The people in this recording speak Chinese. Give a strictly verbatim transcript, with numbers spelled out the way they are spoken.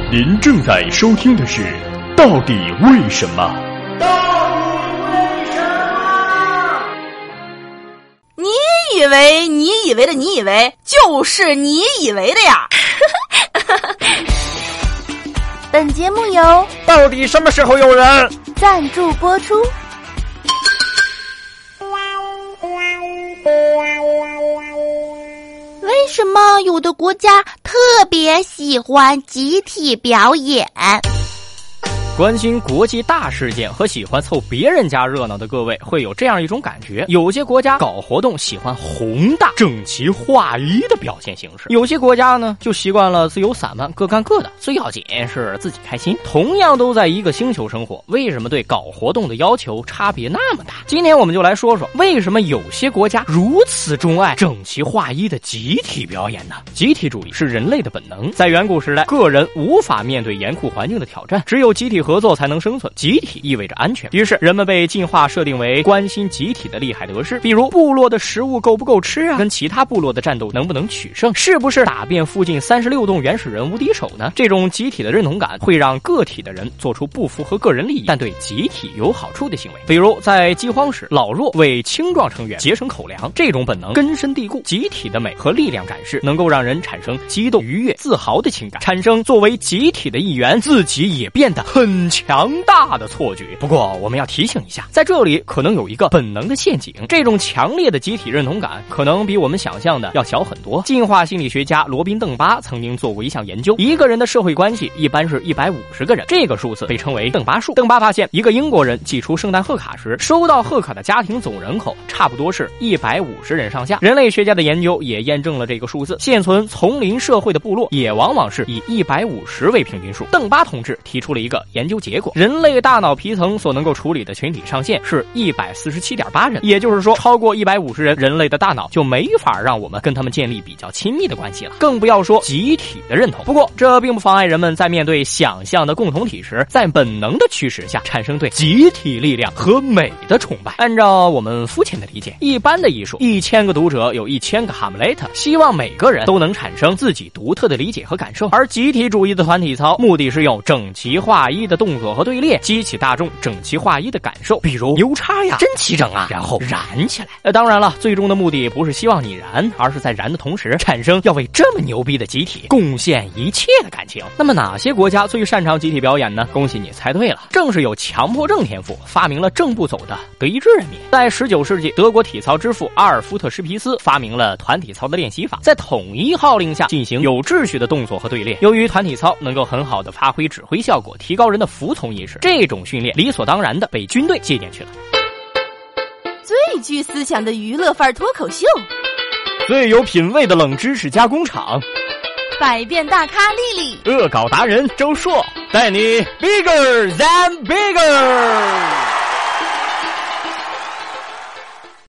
您正在收听的是《到底为什么》。 到底为什么？ 你以为你以为的你以为就是你以为的呀？ 本节目由到底什么时候有人赞助播出。为什么有的国家特别喜欢集体表演？ 关心国际大事件和喜欢凑别人家热闹的各位会有这样一种感觉，有些国家搞活动喜欢宏大整齐划一的表现形式，有些国家呢就习惯了自由散漫，各干各的，最要紧是自己开心。同样都在一个星球生活，为什么对搞活动的要求差别那么大？今天我们就来说说为什么有些国家如此钟爱整齐划一的集体表演呢？集体主义是人类的本能，在远古时代，个人无法面对严酷环境的挑战，只有集体合作才能生存，集体意味着安全，于是人们被进化设定为关心集体的利害得失，比如部落的食物够不够吃啊，跟其他部落的战斗能不能取胜，是不是打遍附近三十六洞原始人无敌手呢？这种集体的认同感会让个体的人做出不符合个人利益但对集体有好处的行为，比如在饥荒时老弱为青壮成员节省口粮，这种本能根深蒂固。集体的美和力量感示能够让人产生激动、愉悦、自豪的情感，产生作为集体的一员自己也变得很强大的错觉。不过我们要提醒一下，在这里可能有一个本能的陷阱，这种强烈的集体认同感可能比我们想象的要小很多。进化心理学家罗宾·邓巴曾经做过一项研究，一个人的社会关系一般是一百五十个人，这个数字被称为邓巴数。邓巴发现，一个英国人寄出圣诞贺卡时，收到贺卡的家庭总人口差不多是一百五十人上下。人类学家的研究也验证了这个数字，现存丛林社会的部落也往往是以一百五十为平均数。邓巴同志提出了一个研究结果，人类大脑皮层所能够处理的群体上限是 一百四十七点八 人，也就是说超过一百五十人，人类的大脑就没法让我们跟他们建立比较亲密的关系了，更不要说集体的认同。不过这并不妨碍人们在面对想象的共同体时，在本能的驱使下产生对集体力量和美的崇拜。按照我们肤浅的理解，一般的艺术，一千个读者有一千个哈姆雷特，希望每个人都能产生自己独特的理解和感受，而集体主义的团体操目的是用整齐划一的动作和队列激起大众整齐划一的感受，比如牛叉呀，真齐整啊，然后燃起来。呃，当然了，最终的目的不是希望你燃，而是在燃的同时产生要为这么牛逼的集体贡献一切的感情。那么哪些国家最擅长集体表演呢？恭喜你猜对了，正是有强迫症天赋发明了正步走的德意志人民。在十九世纪，德国体操之父阿尔夫特施皮斯发明了团体操的练习法，在统一号令下进行有秩序的动作和队列。由于团体操能够很好的发挥指挥效果，提高人的服从意识，这种训练理所当然的被军队借鉴去了。 最具思想的娱乐范儿脱口秀， 最有品味的冷知识加工厂， 百变大咖丽丽， 恶搞达人周硕，带你 bigger than bigger。